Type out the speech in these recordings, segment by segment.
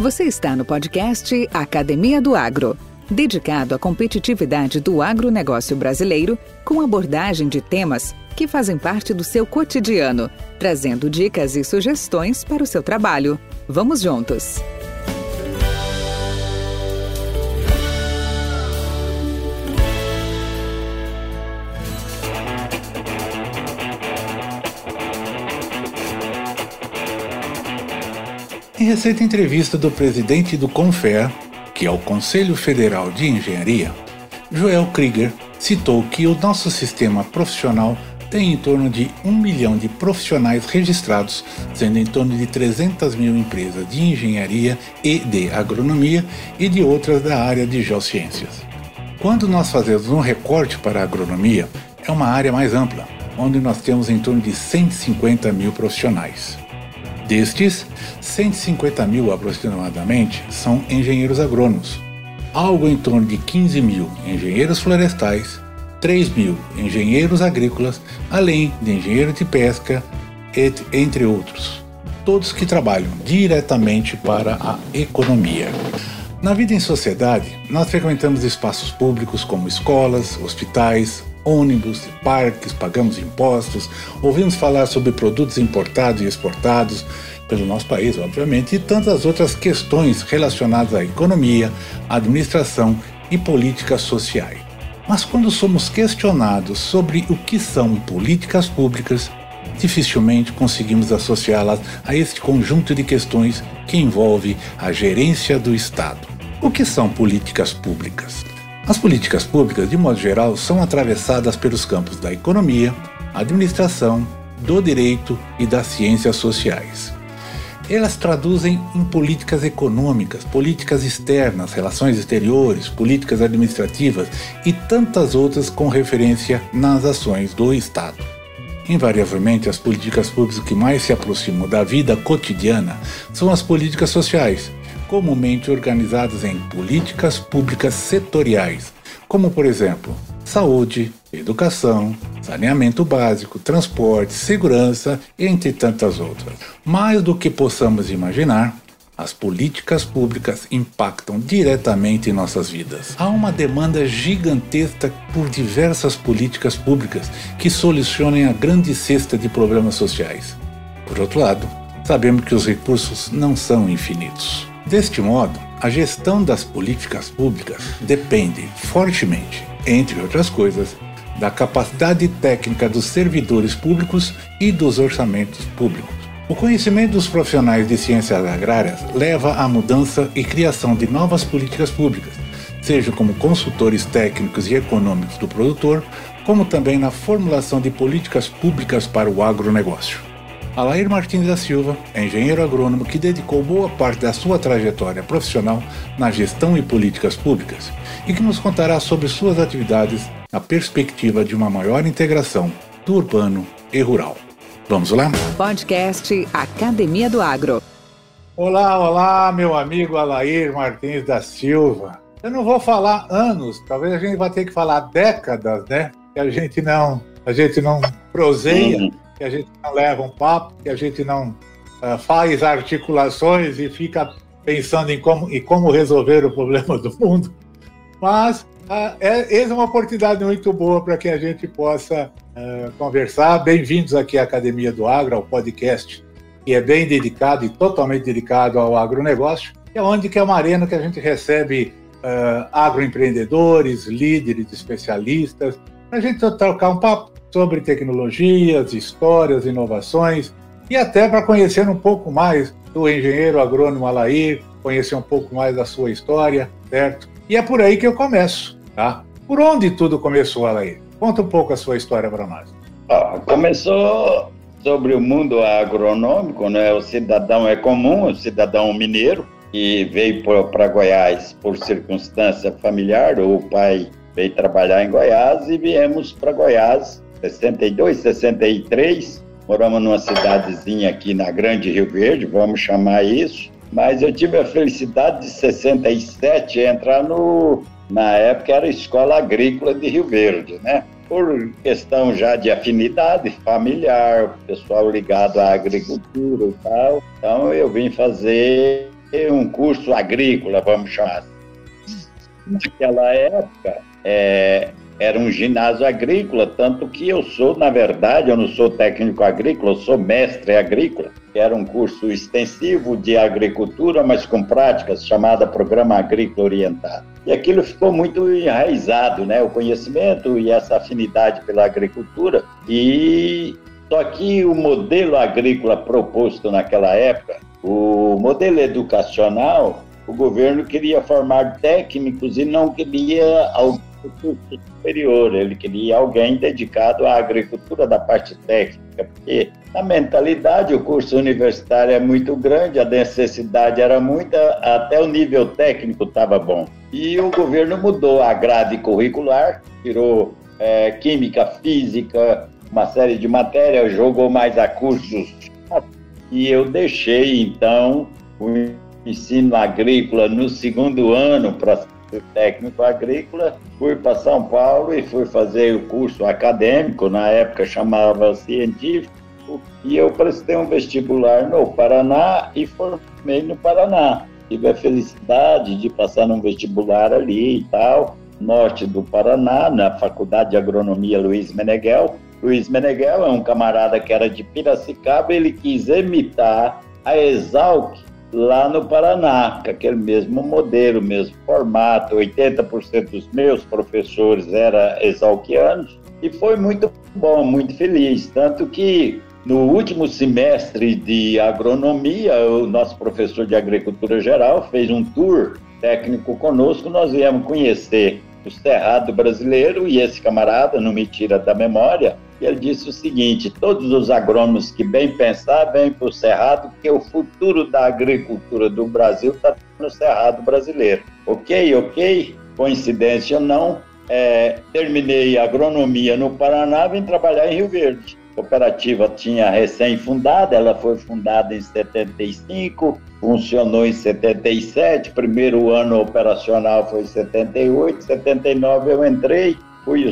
Você está no podcast Academia do Agro, dedicado à competitividade do agronegócio brasileiro, com abordagem de temas que fazem parte do seu cotidiano, trazendo dicas e sugestões para o seu trabalho. Vamos juntos! Em recente entrevista do presidente do CONFEA, que é o Conselho Federal de Engenharia, Joel Krieger citou que o nosso sistema profissional tem em torno de 1 milhão de profissionais registrados, sendo em torno de 300 mil empresas de engenharia e de agronomia e de outras da área de geociências. Quando nós fazemos um recorte para a agronomia, é uma área mais ampla, onde nós temos em torno de 150 mil profissionais. Destes, 150 mil aproximadamente são engenheiros agrônomos, algo em torno de 15 mil engenheiros florestais, 3 mil engenheiros agrícolas, além de engenheiros de pesca, entre outros, todos que trabalham diretamente para a economia. Na vida em sociedade, nós frequentamos espaços públicos como escolas, hospitais, ônibus, parques, pagamos impostos, ouvimos falar sobre produtos importados e exportados pelo nosso país, obviamente, e tantas outras questões relacionadas à economia, administração e políticas sociais. Mas quando somos questionados sobre o que são políticas públicas, dificilmente conseguimos associá-las a este conjunto de questões que envolve a gerência do Estado. O que são políticas públicas? As políticas públicas, de modo geral, são atravessadas pelos campos da economia, administração, do direito e das ciências sociais. Elas traduzem em políticas econômicas, políticas externas, relações exteriores, políticas administrativas e tantas outras com referência nas ações do Estado. Invariavelmente, as políticas públicas que mais se aproximam da vida cotidiana são as políticas sociais, comumente organizadas em políticas públicas setoriais, como, por exemplo, saúde, educação, saneamento básico, transporte, segurança, entre tantas outras. Mais do que possamos imaginar, as políticas públicas impactam diretamente em nossas vidas. Há uma demanda gigantesca por diversas políticas públicas que solucionem a grande cesta de problemas sociais. Por outro lado, sabemos que os recursos não são infinitos. Deste modo, a gestão das políticas públicas depende fortemente, entre outras coisas, da capacidade técnica dos servidores públicos e dos orçamentos públicos. O conhecimento dos profissionais de ciências agrárias leva à mudança e criação de novas políticas públicas, seja como consultores técnicos e econômicos do produtor, como também na formulação de políticas públicas para o agronegócio. Alair Martins da Silva é engenheiro agrônomo que dedicou boa parte da sua trajetória profissional na gestão e políticas públicas e que nos contará sobre suas atividades na perspectiva de uma maior integração do urbano e rural. Vamos lá? Podcast Academia do Agro. Olá, meu amigo Alair Martins da Silva. Eu não vou falar anos, talvez a gente vá ter que falar décadas, né? Que a gente não proseia. Que a gente não leva um papo, que a gente não faz articulações e fica pensando em como resolver o problema do mundo. Mas essa é uma oportunidade muito boa para que a gente possa conversar. Bem-vindos aqui à Academia do Agro, ao podcast, que é bem dedicado e totalmente dedicado ao agronegócio, que é uma arena que a gente recebe agroempreendedores, líderes, especialistas, para a gente trocar um papo sobre tecnologias, histórias, inovações e até para conhecer um pouco mais do engenheiro agrônomo Alair, conhecer um pouco mais da sua história, certo? E é por aí que eu começo, tá? Por onde tudo começou, Alair? Conta um pouco a sua história para nós. Começou sobre o mundo agronômico, né? O cidadão é comum, o cidadão mineiro, e veio para Goiás por circunstância familiar. O pai veio trabalhar em Goiás e viemos para Goiás 62, 63, moramos numa cidadezinha aqui na Grande Rio Verde, vamos chamar isso, mas eu tive a felicidade de 67 entrar na época era a Escola Agrícola de Rio Verde, né? Por questão já de afinidade familiar, pessoal ligado à agricultura e tal, então eu vim fazer um curso agrícola, vamos chamar assim. Naquela época, era um ginásio agrícola, tanto que eu sou, na verdade, eu não sou técnico agrícola, eu sou mestre agrícola, que era um curso extensivo de agricultura, mas com práticas, chamada Programa Agrícola Orientado. E aquilo ficou muito enraizado, né? O conhecimento e essa afinidade pela agricultura. E só que o modelo agrícola proposto naquela época, o modelo educacional, o governo queria formar técnicos e não queria alguém do curso superior, ele queria alguém dedicado à agricultura da parte técnica, porque na mentalidade o curso universitário é muito grande, a necessidade era muita, até o nível técnico estava bom. E o governo mudou a grade curricular, tirou química, física, uma série de matérias, jogou mais a cursos, e eu deixei então o ensino agrícola no segundo ano para ser técnico agrícola, fui para São Paulo e fui fazer o curso acadêmico, na época chamava científico, e eu prestei um vestibular no Paraná e formei no Paraná. Tive a felicidade de passar num vestibular ali e tal, norte do Paraná, na Faculdade de Agronomia Luiz Meneghel. Luiz Meneghel é um camarada que era de Piracicaba, ele quis imitar a Exalc lá no Paraná, com aquele mesmo modelo, mesmo formato. 80% dos meus professores eram exalquianos, e foi muito bom, muito feliz. Tanto que no último semestre de agronomia, o nosso professor de agricultura geral fez um tour técnico conosco, nós viemos conhecer o Cerrado brasileiro, e esse camarada, não me tira da memória, ele disse o seguinte: todos os agrônomos que bem pensar, vêm para o Cerrado, porque o futuro da agricultura do Brasil está no Cerrado brasileiro. Ok, coincidência ou não, terminei agronomia no Paraná, vim trabalhar em Rio Verde. A cooperativa tinha recém-fundada, ela foi fundada em 75, funcionou em 77, primeiro ano operacional foi em 78, 79 eu entrei, fui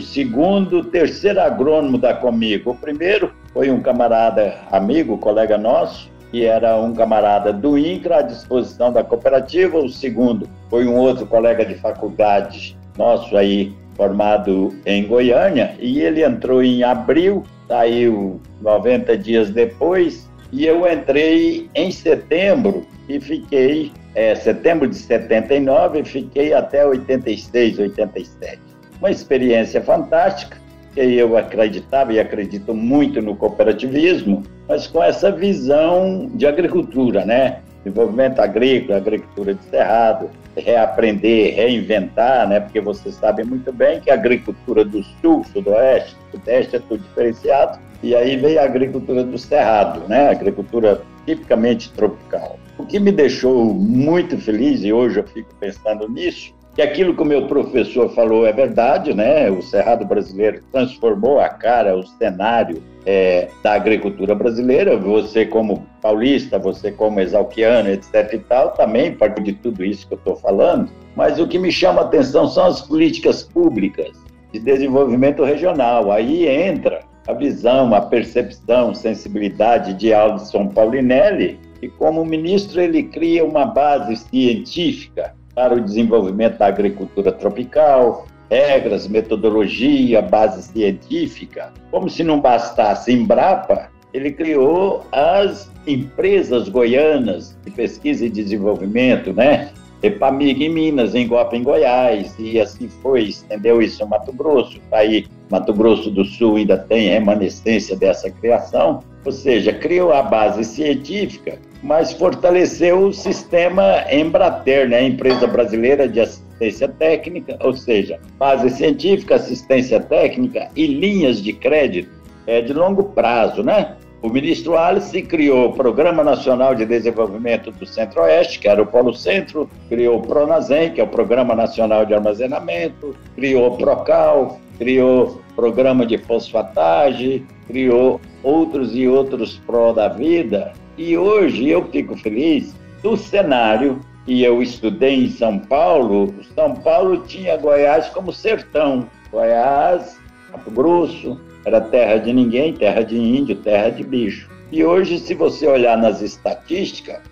o terceiro agrônomo da Comigo. O primeiro foi um camarada amigo, colega nosso, que era um camarada do INCRA à disposição da cooperativa. O segundo foi um outro colega de faculdade nosso aí, formado em Goiânia, e ele entrou em abril, saiu 90 dias depois, e eu entrei em setembro e fiquei, setembro de 79, e fiquei até 86, 87. Uma experiência fantástica, que eu acreditava e acredito muito no cooperativismo, mas com essa visão de agricultura, né? Desenvolvimento agrícola, agricultura de cerrado, reaprender, reinventar, né? Porque você sabe muito bem que a agricultura do sul, sudoeste, sudeste é tudo diferenciado, e aí veio a agricultura do cerrado, né? Agricultura tipicamente tropical. O que me deixou muito feliz, e hoje eu fico pensando nisso, que aquilo que o meu professor falou é verdade, né? O Cerrado brasileiro transformou a cara, o cenário da agricultura brasileira. Você como paulista, você como exalquiano, etc. e tal, também parte de tudo isso que eu estou falando. Mas o que me chama a atenção são as políticas públicas de desenvolvimento regional. Aí entra a visão, a percepção, sensibilidade de Aldson Paulinelli, e como ministro ele cria uma base científica para o desenvolvimento da agricultura tropical, regras, metodologia, base científica. Como se não bastasse Embrapa, ele criou as empresas goianas de pesquisa e desenvolvimento, né? Epamig em Minas, Engopa em Goiás, e assim foi, estendeu isso em Mato Grosso. Aí, Mato Grosso do Sul ainda tem remanescência dessa criação, ou seja, criou a base científica, mas fortaleceu o sistema Embrater, né? Empresa Brasileira de Assistência Técnica, ou seja, base científica, assistência técnica e linhas de crédito de longo prazo, né? O ministro Alice criou o Programa Nacional de Desenvolvimento do Centro-Oeste, que era o Polo Centro, criou o Pronazem, que é o Programa Nacional de Armazenamento, criou o Procal, criou o Programa de Fosfatagem, criou outros e outros pró da vida. E hoje eu fico feliz do cenário, e eu estudei em São Paulo. São Paulo tinha Goiás como sertão. Goiás, Mato Grosso, era terra de ninguém, terra de índio, terra de bicho. E hoje, se você olhar nas estatísticas,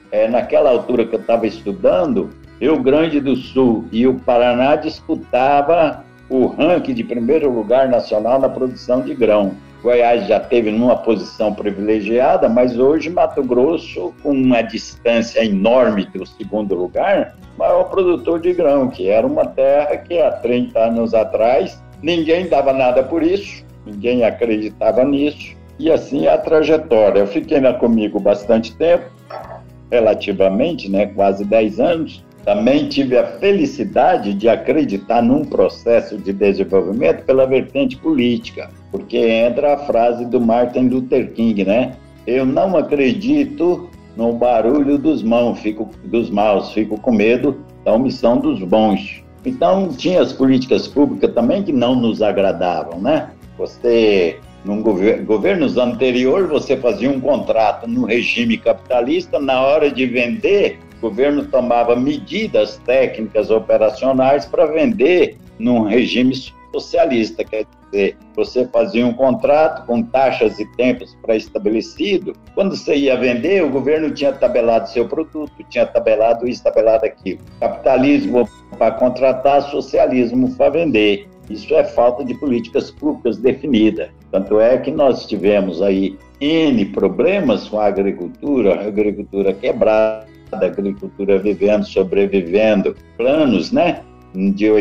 naquela altura que eu estava estudando, Rio Grande do Sul e o Paraná disputavam o ranking de primeiro lugar nacional na produção de grão. Goiás já teve numa posição privilegiada, mas hoje Mato Grosso, com uma distância enorme do segundo lugar, maior produtor de grão, que era uma terra que há 30 anos atrás ninguém dava nada por isso, ninguém acreditava nisso, e assim a trajetória. Eu fiquei na Comigo bastante tempo, relativamente, quase 10 anos. Também tive a felicidade de acreditar num processo de desenvolvimento pela vertente política, porque entra a frase do Martin Luther King, Eu não acredito no barulho dos maus, fico com medo da omissão dos bons. Então, tinha as políticas públicas também que não nos agradavam, Você, num governos anteriores, você fazia um contrato no regime capitalista, na hora de vender, o governo tomava medidas técnicas operacionais para vender num regime socialista, quer dizer, você fazia um contrato com taxas e tempos pré-estabelecidos, quando você ia vender, o governo tinha tabelado seu produto, tinha tabelado isso, tabelado aquilo. Capitalismo para contratar, socialismo para vender. Isso é falta de políticas públicas definidas. Tanto é que nós tivemos aí N problemas com a agricultura quebrada, a agricultura vivendo, sobrevivendo, planos, de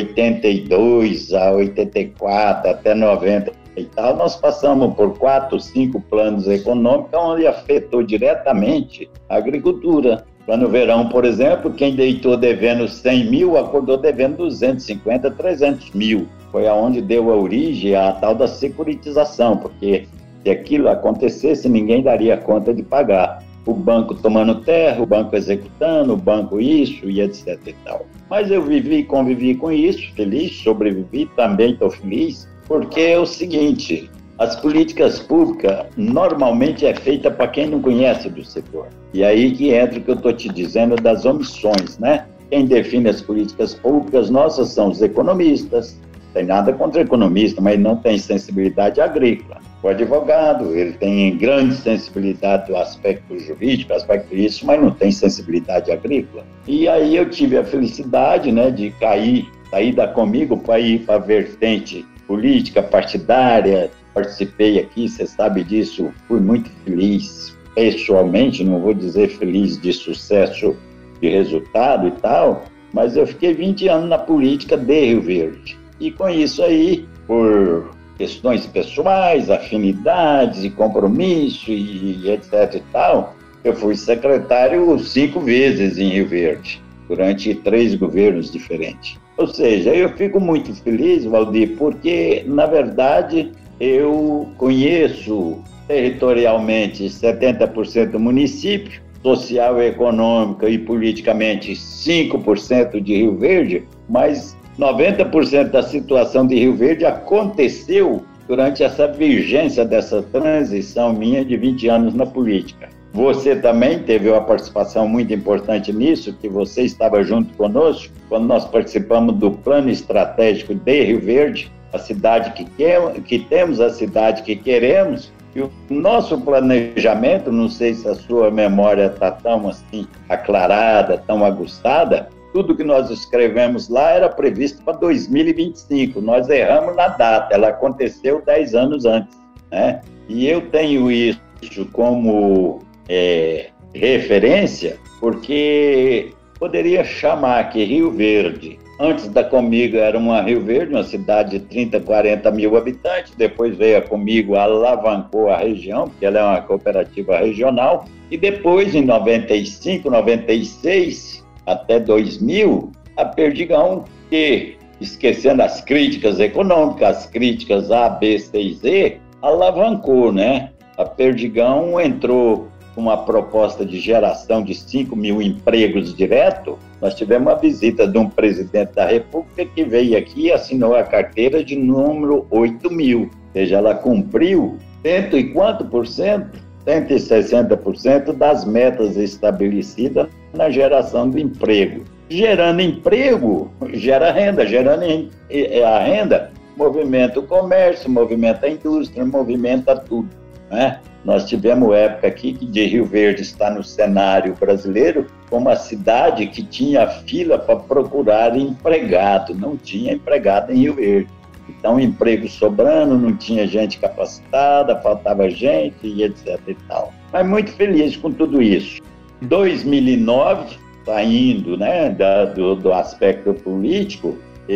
82 a 84 até 90 e tal, nós passamos por 4, 5 planos econômicos onde afetou diretamente a agricultura. Plano Verão, por exemplo, quem deitou devendo 100 mil, acordou devendo 250, 300 mil. Foi aonde deu a origem à tal da securitização, porque se aquilo acontecesse, ninguém daria conta de pagar. O banco tomando terra, o banco executando, o banco isso e etc e tal. Mas eu convivi com isso, feliz, sobrevivi, também estou feliz, porque é o seguinte, as políticas públicas normalmente é feita para quem não conhece do setor. E aí que entra o que eu estou te dizendo das omissões, Quem define as políticas públicas nossas são os economistas, não tem nada contra economista, mas não tem sensibilidade agrícola. O advogado, ele tem grande sensibilidade do aspecto jurídico, aspecto disso, mas não tem sensibilidade agrícola. E aí eu tive a felicidade, de sair da Comigo para ir para a vertente política, partidária. Participei aqui, você sabe disso, fui muito feliz pessoalmente, não vou dizer feliz de sucesso de resultado e tal, mas eu fiquei 20 anos na política de Rio Verde. E com isso aí, por questões pessoais, afinidades e compromisso e etc e tal, eu fui secretário 5 vezes em Rio Verde, durante 3 governos diferentes. Ou seja, eu fico muito feliz, Valdir, porque, na verdade, eu conheço territorialmente 70% do município, social, econômica e politicamente 5% de Rio Verde, mas 90% da situação de Rio Verde aconteceu durante essa vigência dessa transição minha de 20 anos na política. Você também teve uma participação muito importante nisso, que você estava junto conosco, quando nós participamos do plano estratégico de Rio Verde, a cidade que temos, a cidade que queremos, e o nosso planejamento, não sei se a sua memória está tão assim aclarada, tão aguçada, tudo que nós escrevemos lá era previsto para 2025. Nós erramos na data, ela aconteceu 10 anos antes, E eu tenho isso como referência, porque poderia chamar que Rio Verde, antes da Comigo era Rio Verde, uma cidade de 30, 40 mil habitantes, depois veio a Comigo, alavancou a região, porque ela é uma cooperativa regional, e depois, em 95, 96... até 2000, a Perdigão, que, esquecendo as críticas econômicas, as críticas A, B, C e Z, alavancou, A Perdigão entrou com uma proposta de geração de 5 mil empregos direto. Nós tivemos a visita de um presidente da República que veio aqui e assinou a carteira de número 8 mil. Ou seja, ela cumpriu 160% das metas estabelecidas na geração do emprego. Gerando emprego, gera renda. Gerando a renda, movimenta o comércio, movimenta a indústria, movimenta tudo, Nós tivemos época aqui que de Rio Verde está no cenário brasileiro como uma cidade que tinha fila para procurar empregado, não tinha empregado em Rio Verde. Então, emprego sobrando, não tinha gente capacitada, faltava gente e etc. e tal. Mas muito feliz com tudo isso. Em 2009, saindo, né, do aspecto político,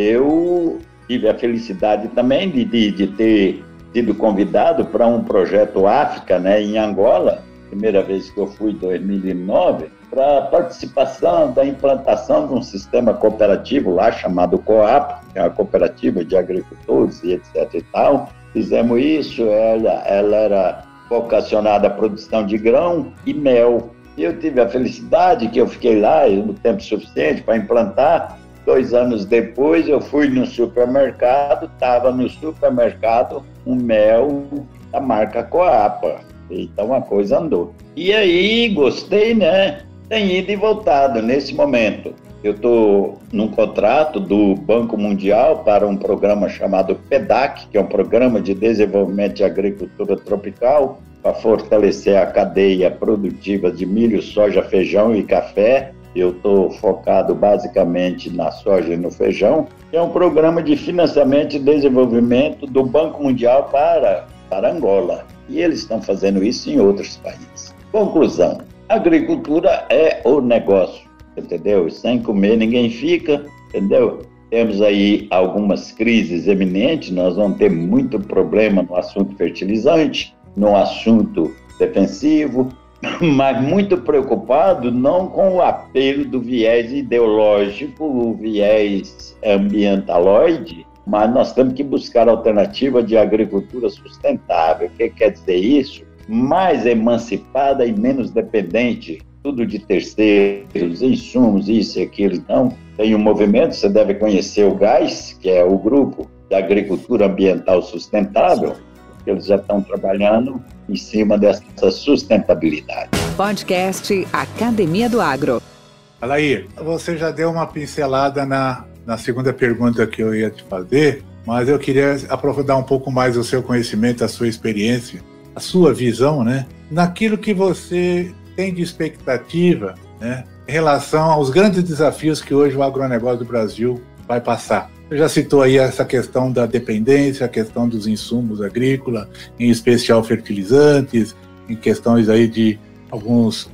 eu tive a felicidade também de ter sido convidado para um projeto África, né, em Angola, primeira vez que eu fui em 2009, para a participação da implantação de um sistema cooperativo lá chamado COAP, que é uma cooperativa de agricultores e etc. e tal. Fizemos isso, ela era vocacionada à produção de grão e mel. E eu tive a felicidade que eu fiquei lá no tempo suficiente para implantar. 2 anos depois eu fui no supermercado, estava no supermercado um mel da marca Coapa. Então a coisa andou. E aí gostei, né? Tem ido e voltado nesse momento. Eu estou num contrato do Banco Mundial para um programa chamado PEDAC, que é um programa de desenvolvimento de agricultura tropical, para fortalecer a cadeia produtiva de milho, soja, feijão e café. Eu estou focado basicamente na soja e no feijão. É um programa de financiamento e desenvolvimento do Banco Mundial para Angola. E eles estão fazendo isso em outros países. Conclusão, a agricultura é o negócio, entendeu? Sem comer ninguém fica, entendeu? Temos aí algumas crises eminentes, nós vamos ter muito problema no assunto fertilizante, no assunto defensivo, mas muito preocupado não com o apelo do viés ideológico, o viés ambientaloide, mas nós temos que buscar alternativa de agricultura sustentável. O que quer dizer isso? Mais emancipada e menos dependente, tudo de terceiros, insumos, isso e aquilo. Então, tem um movimento, você deve conhecer o GAS, que é o Grupo da Agricultura Ambiental Sustentável, que eles já estão trabalhando em cima dessa sustentabilidade. Podcast Academia do Agro. Alair, você já deu uma pincelada na segunda pergunta que eu ia te fazer, mas eu queria aprofundar um pouco mais o seu conhecimento, a sua experiência, a sua visão, né, naquilo que você tem de expectativa, né, em relação aos grandes desafios que hoje o agronegócio do Brasil vai passar. Você já citou aí essa questão da dependência, a questão dos insumos agrícolas, em especial fertilizantes, em questões aí de alguns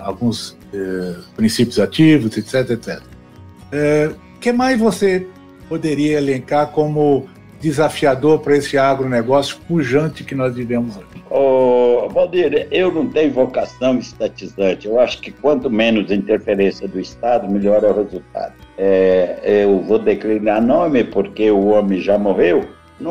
princípios ativos, etc, etc. O que mais você poderia elencar como desafiador para esse agronegócio pujante que nós vivemos hoje? Valdir, eu não tenho vocação estatizante. Eu acho que quanto menos interferência do Estado, melhor é o resultado. Eu vou declinar nome porque o homem já morreu.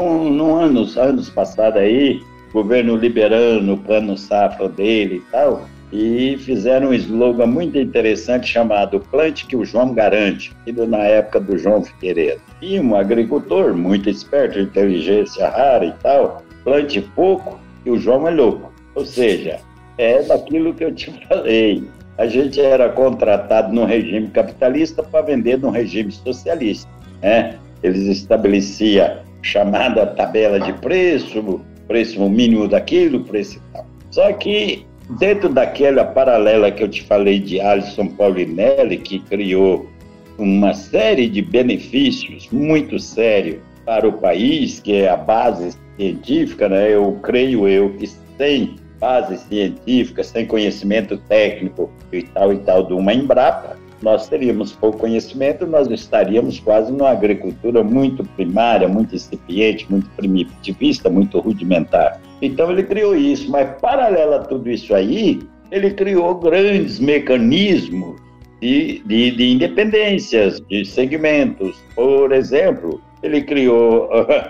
Anos passados aí, o governo liberando o plano safra dele e tal, e fizeram um slogan muito interessante chamado Plante que o João garante, na época do João Figueiredo. E um agricultor muito esperto, inteligência rara e tal, plante pouco que o João é louco. Ou seja, é daquilo que eu te falei. A gente era contratado num regime capitalista para vender num regime socialista, né? Eles estabeleciam chamada tabela de preço mínimo daquilo, preço e tal. Só que dentro daquela paralela que eu te falei de Alisson Paulinelli, que criou uma série de benefícios muito sérios para o país, que é a base científica, né? Eu creio que sem base científica, sem conhecimento técnico e tal de uma Embrapa, nós teríamos pouco conhecimento, nós estaríamos quase numa agricultura muito primária, muito incipiente, muito primitivista, muito rudimentar. Então ele criou isso, mas paralelo a tudo isso aí, ele criou grandes mecanismos de independências, de segmentos. Por exemplo, ele criou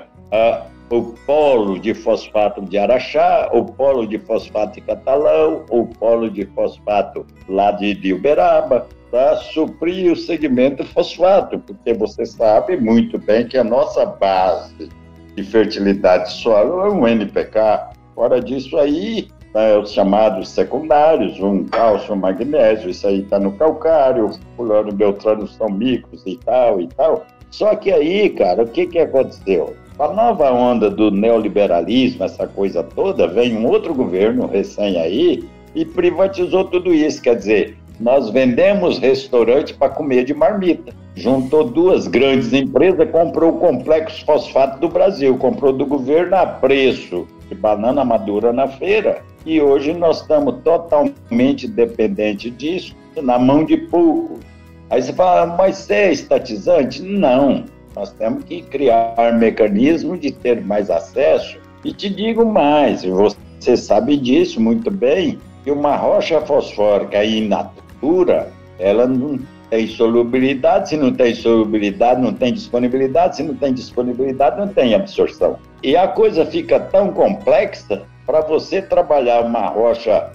o polo de fosfato de Araxá, o polo de fosfato de Catalão, o polo de fosfato lá de Uberaba, para suprir o segmento fosfato, porque você sabe muito bem que a nossa base de fertilidade de solo é um NPK. Fora disso aí, os chamados secundários, um cálcio, um magnésio, isso aí está no calcário, fulano, beltrano são micros e tal. Só que aí, cara, o que aconteceu? A nova onda do neoliberalismo, essa coisa toda, vem um outro governo recém aí e privatizou tudo isso. Quer dizer, nós vendemos restaurante para comer de marmita. Juntou duas grandes empresas, comprou o Complexo Fosfato do Brasil, comprou do governo a preço de banana madura na feira. E hoje nós estamos totalmente dependentes disso, na mão de pouco. Aí você fala, mas você é estatizante? Não. Nós temos que criar mecanismos de ter mais acesso. E te digo mais, você sabe disso muito bem, que uma rocha fosfórica in natura, ela não tem solubilidade. Se não tem solubilidade, não tem disponibilidade. Se não tem disponibilidade, não tem absorção. E a coisa fica tão complexa, para você trabalhar uma rocha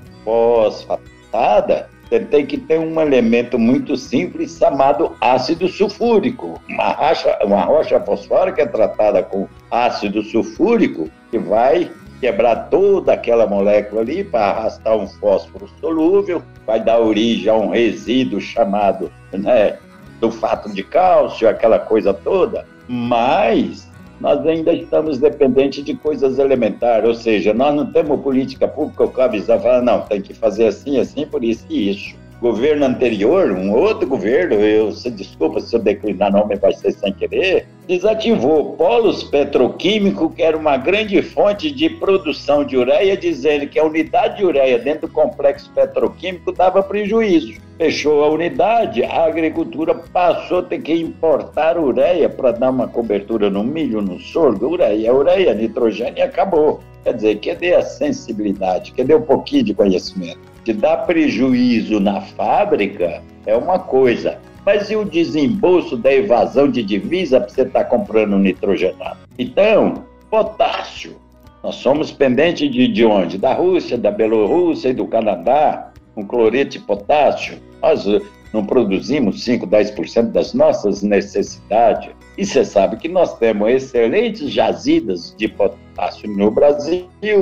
fosfatada, você tem que ter um elemento muito simples chamado ácido sulfúrico. Uma rocha fosfórica é tratada com ácido sulfúrico, que vai quebrar toda aquela molécula ali para arrastar um fósforo solúvel, vai dar origem a um resíduo chamado, sulfato de cálcio, aquela coisa toda. Mas nós ainda estamos dependentes de coisas elementares, ou seja, nós não temos política pública que avisar, falar, não, tem que fazer assim, assim, por isso e isso. Governo anterior, um outro governo, desculpa se eu declinar nome, vai ser sem querer, desativou polos petroquímicos, que era uma grande fonte de produção de ureia, dizendo que a unidade de ureia dentro do complexo petroquímico dava prejuízo. Fechou a unidade, a agricultura passou a ter que importar ureia para dar uma cobertura no milho, no sorgo, ureia, nitrogênio, e acabou. Quer dizer, cadê a sensibilidade? Cadê um pouquinho de conhecimento? Se dá prejuízo na fábrica, é uma coisa. Mas e o desembolso da evasão de divisa para você estar comprando nitrogenado? Então, potássio. Nós somos pendentes de onde? Da Rússia, da Bielorrússia e do Canadá, com cloreto de potássio. Nós não produzimos 5, 10% das nossas necessidades. E você sabe que nós temos excelentes jazidas de potássio no Brasil,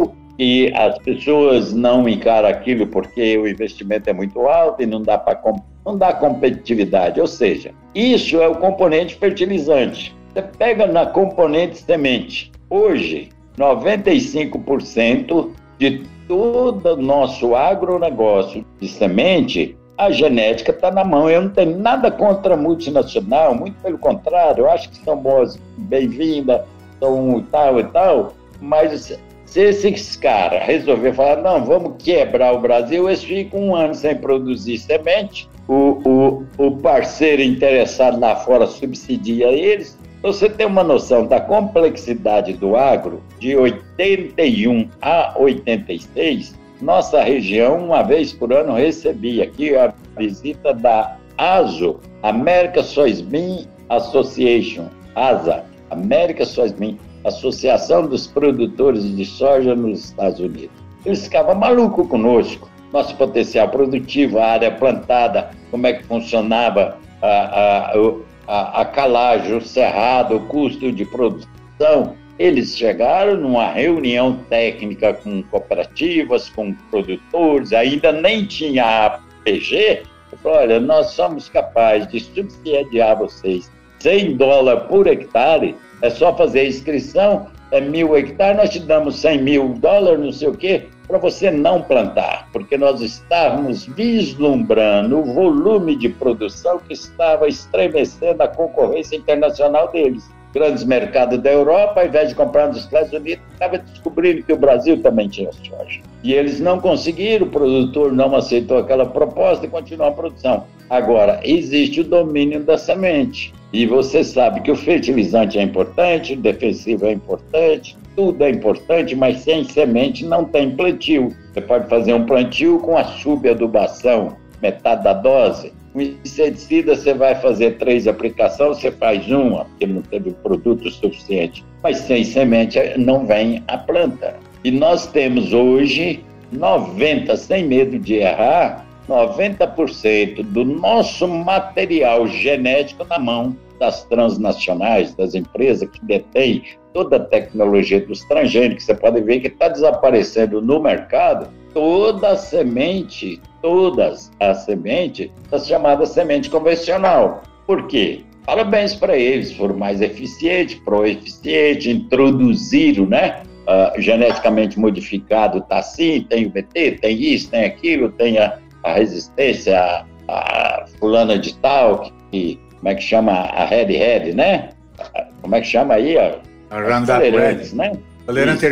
e as pessoas não encaram aquilo porque o investimento é muito alto e não dá competitividade. Ou seja, isso é o componente fertilizante. Você pega na componente semente. Hoje, 95% de todo o nosso agronegócio de semente, a genética está na mão. Eu não tenho nada contra a multinacional, muito pelo contrário, eu acho que são boas, bem-vindas, são tal e tal, mas se esses caras resolverem falar, não, vamos quebrar o Brasil, eles ficam um ano sem produzir semente, o parceiro interessado lá fora subsidia eles. Você tem uma noção da complexidade do agro, de 81 a 86, nossa região, uma vez por ano, recebia aqui a visita da ASO, American Soybean Association, ASA, American Soybean, Associação dos Produtores de Soja nos Estados Unidos. Eles ficavam malucos conosco. Nosso potencial produtivo, a área plantada, como é que funcionava a calagem, o cerrado, o custo de produção. Eles chegaram numa reunião técnica com cooperativas, com produtores, ainda nem tinha APG, e falou, olha, nós somos capazes de subsidiar vocês $100 por hectare, é só fazer a inscrição, é 1.000 hectares, nós te damos $100.000, não sei o quê, para você não plantar, porque nós estávamos vislumbrando o volume de produção que estava estremecendo a concorrência internacional deles. Grandes mercados da Europa, ao invés de comprar nos Estados Unidos, estava descobrindo que o Brasil também tinha soja. E eles não conseguiram, o produtor não aceitou aquela proposta e continuou a produção. Agora, existe o domínio da semente. E você sabe que o fertilizante é importante, o defensivo é importante, tudo é importante, mas sem semente não tem plantio. Você pode fazer um plantio com a subadubação, metade da dose. O inseticida, você vai fazer 3 aplicações, você faz uma, porque não teve produto suficiente. Mas sem semente não vem a planta. E nós temos hoje 90%, sem medo de errar, 90% do nosso material genético na mão das transnacionais, das empresas que detêm toda a tecnologia dos transgênicos. Você pode ver que está desaparecendo no mercado todas as sementes, está chamada semente convencional. Por quê? parabéns para eles, foram mais eficientes, proeficientes, introduziram, né? Geneticamente modificado está assim, tem o BT, tem isso, tem aquilo, tem a resistência, a fulana de tal, que, como é que chama? A Red, né? Como é que chama aí? A tolerantes, né? Tolerante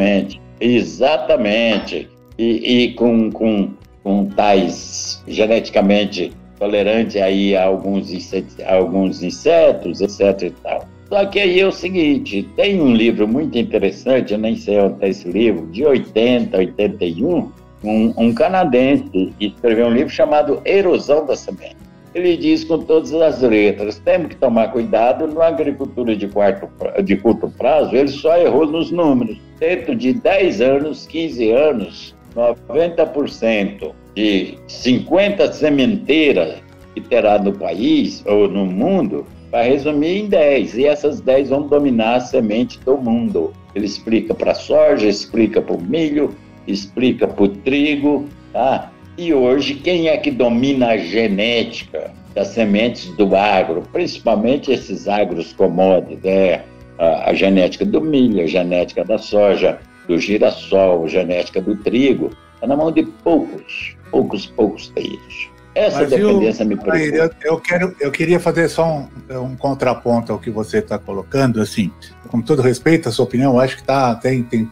exatamente. E com tais geneticamente tolerantes aí a alguns insetos, etc. e tal. Só que aí é o seguinte, tem um livro muito interessante, eu nem sei onde está esse livro, de 80, 81, um canadense escreveu um livro chamado Erosão da Semente. Ele diz com todas as letras, temos que tomar cuidado, na agricultura de curto prazo, ele só errou nos números. Dentro de 10 anos, 15 anos, 90% de 50 sementeiras que terá no país ou no mundo, vai resumir em 10, e essas 10 vão dominar a semente do mundo. Ele explica para a soja, explica para o milho, explica para o trigo, tá? E hoje, quem é que domina a genética das sementes do agro? Principalmente esses agros commodities, a genética do milho, a genética da soja, do girassol, a genética do trigo, está na mão de poucos teios. Essa dependência me preocupa. Eu queria fazer só um contraponto ao que você está colocando, assim, com todo respeito à sua opinião, eu acho que tem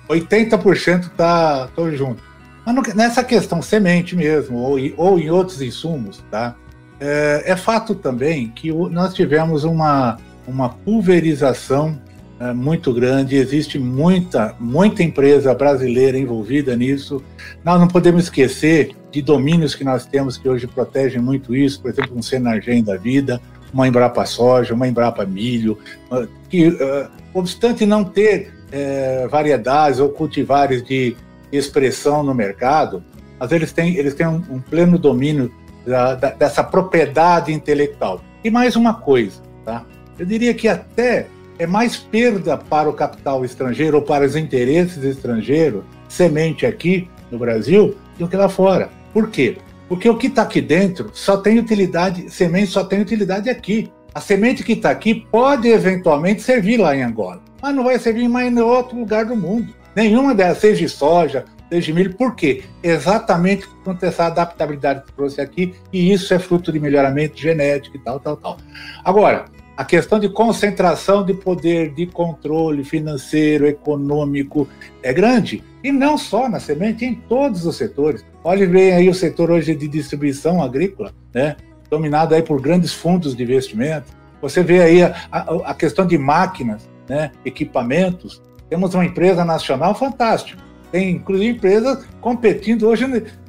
80% tô junto. Mas nessa questão semente mesmo, ou em outros insumos, tá? É fato também que nós tivemos uma pulverização muito grande, existe muita empresa brasileira envolvida nisso. Nós não podemos esquecer de domínios que nós temos que hoje protegem muito isso, por exemplo, um Senargem da vida, uma Embrapa Soja, uma Embrapa Milho, que, obstante não ter variedades ou cultivares de expressão no mercado, mas eles têm um pleno domínio dessa propriedade intelectual. E mais uma coisa, tá? Eu diria que até é mais perda para o capital estrangeiro ou para os interesses estrangeiros, semente aqui no Brasil, do que lá fora. Por quê? Porque o que está aqui dentro só tem utilidade, semente só tem utilidade aqui. A semente que está aqui pode eventualmente servir lá em Angola, mas não vai servir mais em outro lugar do mundo. Nenhuma delas, seja de soja, seja de milho. Por quê? Exatamente por conta dessa adaptabilidade que trouxe aqui, e isso é fruto de melhoramento genético e tal. Agora, a questão de concentração de poder, de controle financeiro, econômico, é grande. E não só na semente, em todos os setores. Olhe bem aí o setor hoje de distribuição agrícola, né? Dominado aí por grandes fundos de investimento. Você vê aí a questão de máquinas, né? Equipamentos. Temos uma empresa nacional fantástica. Tem, inclusive, empresas competindo hoje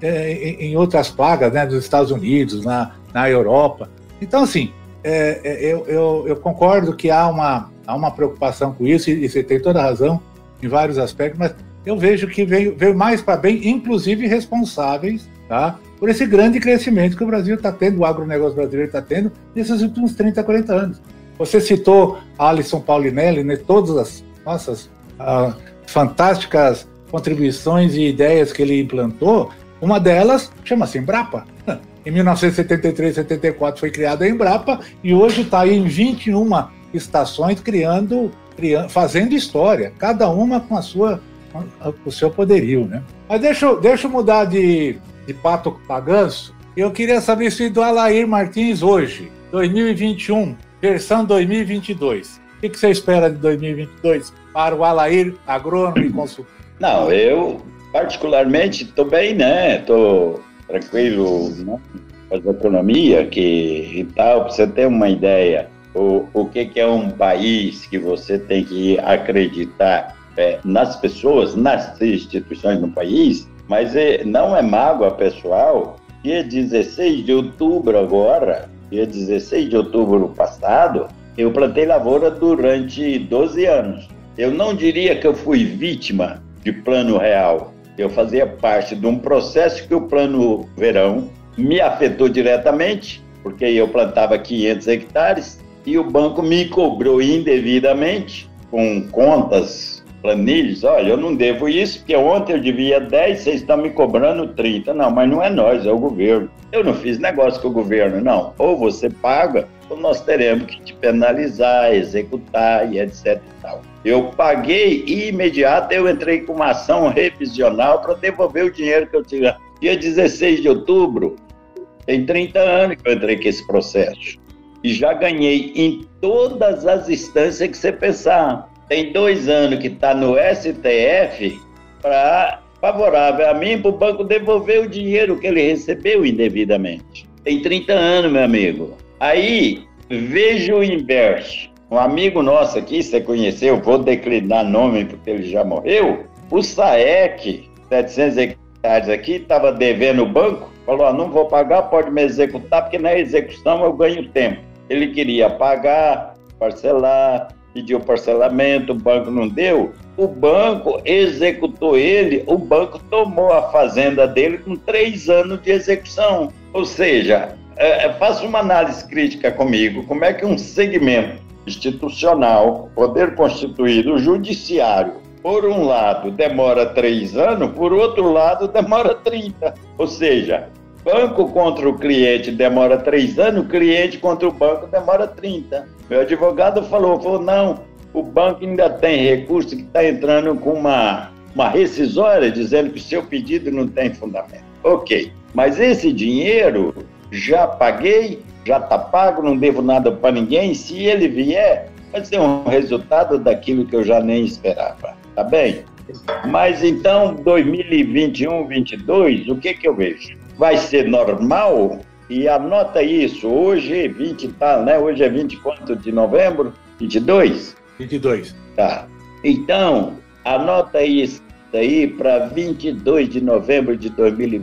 em outras pragas, né? Dos Estados Unidos, na Europa. Então, assim, eu concordo que há uma preocupação com isso, e você tem toda a razão em vários aspectos, mas eu vejo que veio mais para bem, inclusive responsáveis, tá, por esse grande crescimento que o Brasil está tendo, o agronegócio brasileiro está tendo, nesses últimos 30, 40 anos. Você citou a Alisson Paulinelli, né, todas as nossas fantásticas contribuições e ideias que ele implantou. Uma delas chama-se Embrapa. Em 1973, 74 foi criada a Embrapa e hoje está aí em 21 estações fazendo história, cada uma com o seu poderio, né? Mas deixa eu mudar de pato para ganso. Eu queria saber se do Alair Martins hoje, 2021, versão 2022. O que você espera de 2022 para o Alair, agrônomo e consultor? Não, eu particularmente estou bem, né? Estou tranquilo, né? Com a economia e tal, para você ter uma ideia, o que é um país que você tem que acreditar nas pessoas, nas instituições do país, mas não é mágoa pessoal. Dia 16 de outubro agora, dia 16 de outubro passado, eu plantei lavoura durante 12 anos. Eu não diria que eu fui vítima de plano real. Eu fazia parte de um processo que o plano verão me afetou diretamente, porque eu plantava 500 hectares e o banco me cobrou indevidamente, com contas, planilhas. Olha, eu não devo isso, porque ontem eu devia 10, vocês estão me cobrando 30. Não, mas não é nós, é o governo. Eu não fiz negócio com o governo, não. Ou você paga, então nós teremos que te penalizar, executar e etc. E tal. Eu paguei e imediato eu entrei com uma ação revisional para devolver o dinheiro que eu tinha. Dia 16 de outubro, tem 30 anos que eu entrei com esse processo. E já ganhei em todas as instâncias que você pensar. Tem 2 anos que está no STF para favorável a mim, para o banco devolver o dinheiro que ele recebeu indevidamente. Tem 30 anos, meu amigo. Aí, veja o inverso. Um amigo nosso aqui, você conheceu, vou declinar nome porque ele já morreu, o SAEC, 700 hectares aqui, estava devendo o banco, falou, não vou pagar, pode me executar, porque na execução eu ganho tempo. Ele queria pagar, parcelar, pediu parcelamento, o banco não deu, o banco executou ele, o banco tomou a fazenda dele com 3 anos de execução. Ou seja, faça uma análise crítica comigo, como é que um segmento institucional, poder constituído, o judiciário, por um lado demora 3 anos, por outro lado demora 30. Ou seja, banco contra o cliente demora 3 anos, cliente contra o banco demora 30. Meu advogado falou, não, o banco ainda tem recurso que está entrando com uma rescisória, dizendo que o seu pedido não tem fundamento. Ok, mas esse dinheiro já paguei, já está pago, não devo nada para ninguém. Se ele vier, vai ser um resultado daquilo que eu já nem esperava, tá bem? Mas então, 2021, 2022, o que eu vejo? Vai ser normal? E anota isso, hoje 20, tá, né? Hoje é 20 quanto de novembro? 22? 22. Tá. Então, anota isso aí para 22 de novembro de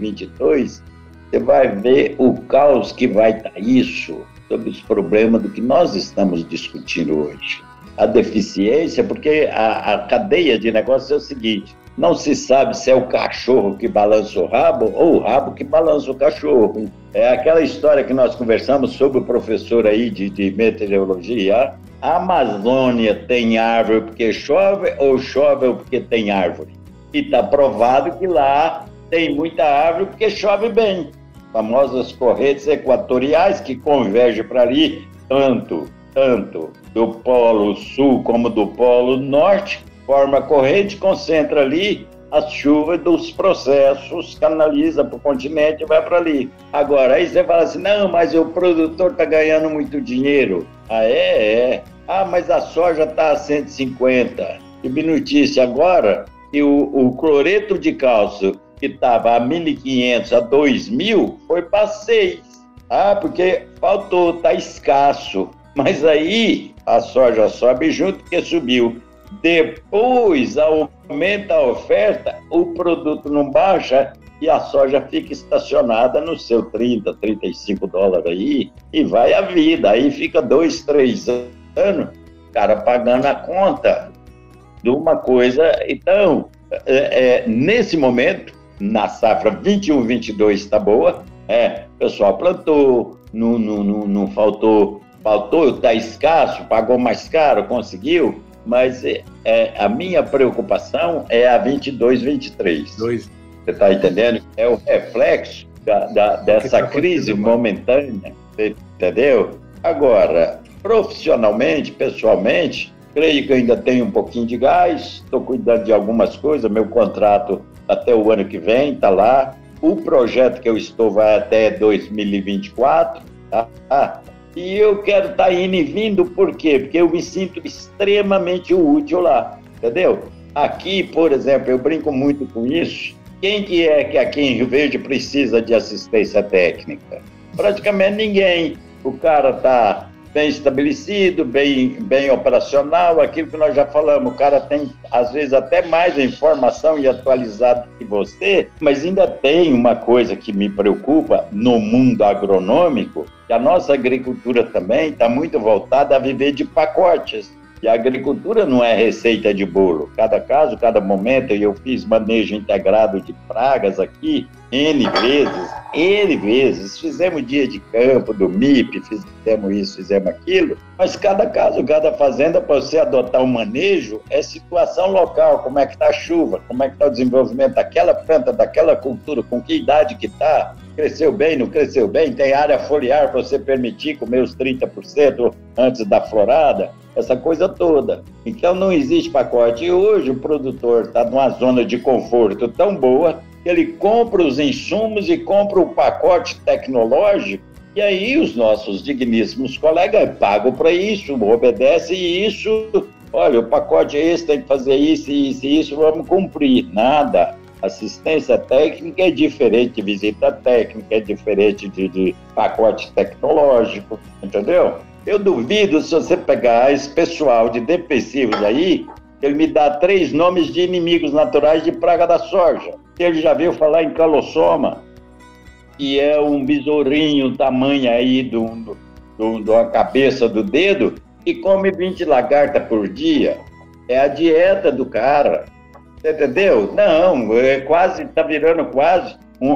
2022, você vai ver o caos que vai estar isso sobre os problemas do que nós estamos discutindo hoje. A deficiência, porque a cadeia de negócio é o seguinte, não se sabe se é o cachorro que balança o rabo ou o rabo que balança o cachorro. É aquela história que nós conversamos sobre o professor aí de meteorologia. A Amazônia tem árvore porque chove ou chove porque tem árvore? E está provado que lá tem muita árvore porque chove bem. Famosas correntes equatoriais que convergem para ali, tanto do Polo Sul como do Polo Norte, forma corrente, concentra ali as chuvas dos processos, canaliza para o continente e vai para ali. Agora, aí você fala assim, não, mas o produtor está ganhando muito dinheiro. Ah, é? Ah, mas a soja está a 150. E notícia agora que o cloreto de cálcio, que estava a 1.500, a 2.000, foi para 6. Ah, porque faltou, está escasso. Mas aí a soja sobe junto porque subiu. Depois aumenta a oferta, o produto não baixa e a soja fica estacionada no seu 30, 35 dólares aí e vai a vida. Aí fica 2, 3 anos, o cara pagando a conta de uma coisa. Então, nesse momento, na safra 21, 22 está boa, o pessoal plantou, não faltou, está escasso, pagou mais caro, conseguiu, mas a minha preocupação é a 22, 23. Você está entendendo? É o reflexo dessa crise momentânea, você entendeu? Agora, profissionalmente, pessoalmente, creio que eu ainda tenho um pouquinho de gás, estou cuidando de algumas coisas, meu contrato até o ano que vem está lá, o projeto que eu estou vai até 2024, tá? E eu quero estar indo e vindo, por quê? Porque eu me sinto extremamente útil lá, entendeu? Aqui, por exemplo, eu brinco muito com isso. Quem que é que aqui em Rio Verde precisa de assistência técnica? Praticamente ninguém. O cara está bem estabelecido, bem operacional, aquilo que nós já falamos, o cara tem, às vezes, até mais informação e atualizado que você, mas ainda tem uma coisa que me preocupa no mundo agronômico, que a nossa agricultura também está muito voltada a viver de pacotes. E a agricultura não é receita de bolo. Cada caso, cada momento, eu fiz manejo integrado de pragas aqui, N vezes. Fizemos dia de campo do MIP, fizemos isso, fizemos aquilo, mas cada caso, cada fazenda, para você adotar um manejo, é situação local, como é que está a chuva, como é que está o desenvolvimento daquela planta, daquela cultura, com que idade que está, cresceu bem, não cresceu bem, tem área foliar para você permitir comer os 30% antes da florada, essa coisa toda. Então não existe pacote. E hoje o produtor está numa zona de conforto tão boa que ele compra os insumos e compra o pacote tecnológico, e aí os nossos digníssimos colegas pagam para isso, obedecem isso. Olha, o pacote é esse, tem que fazer isso, isso, vamos cumprir. Nada. Assistência técnica é diferente de visita técnica, é diferente de pacote tecnológico, entendeu? Eu duvido, se você pegar esse pessoal de defensivos aí, ele me dá 3 nomes de inimigos naturais de praga da soja. Ele já viu falar em calossoma, que é um besourinho tamanho aí da cabeça do dedo, que come 20 lagartas por dia. É a dieta do cara. Você entendeu? Não, está virando quase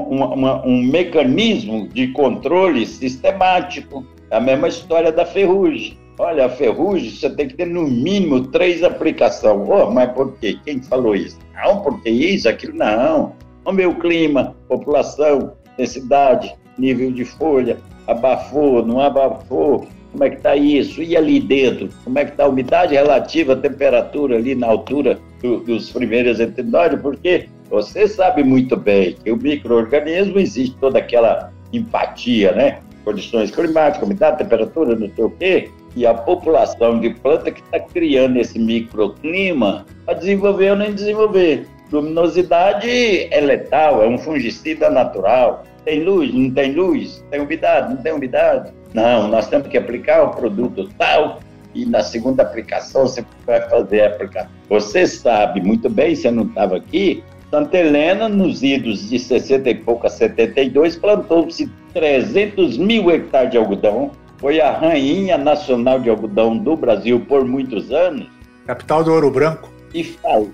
um mecanismo de controle sistemático. É a mesma história da ferrugem. Olha, a ferrugem, você tem que ter no mínimo 3 aplicações. Oh, mas por quê? Quem falou isso? Não, porque isso, aquilo, não. Vamos ver o clima, população, densidade, nível de folha, abafou, não abafou, como é que está isso? E ali dentro, como é que está a umidade relativa, a temperatura ali na altura dos primeiros etendóides? Porque você sabe muito bem que o micro-organismo existe toda aquela empatia, né? Condições climáticas, umidade, temperatura, não sei o quê, e a população de planta que está criando esse microclima para desenvolver ou nem desenvolver. Luminosidade é letal, é um fungicida natural. Tem luz? Não tem luz? Tem umidade? Não tem umidade? Não, nós temos que aplicar o produto tal e na segunda aplicação você vai fazer a aplicação. Você sabe muito bem, você não estava aqui, Santa Helena, nos idos de 60 e pouco a 72, plantou-se 300 mil hectares de algodão. Foi a rainha nacional de algodão do Brasil por muitos anos. Capital do Ouro Branco. E faliu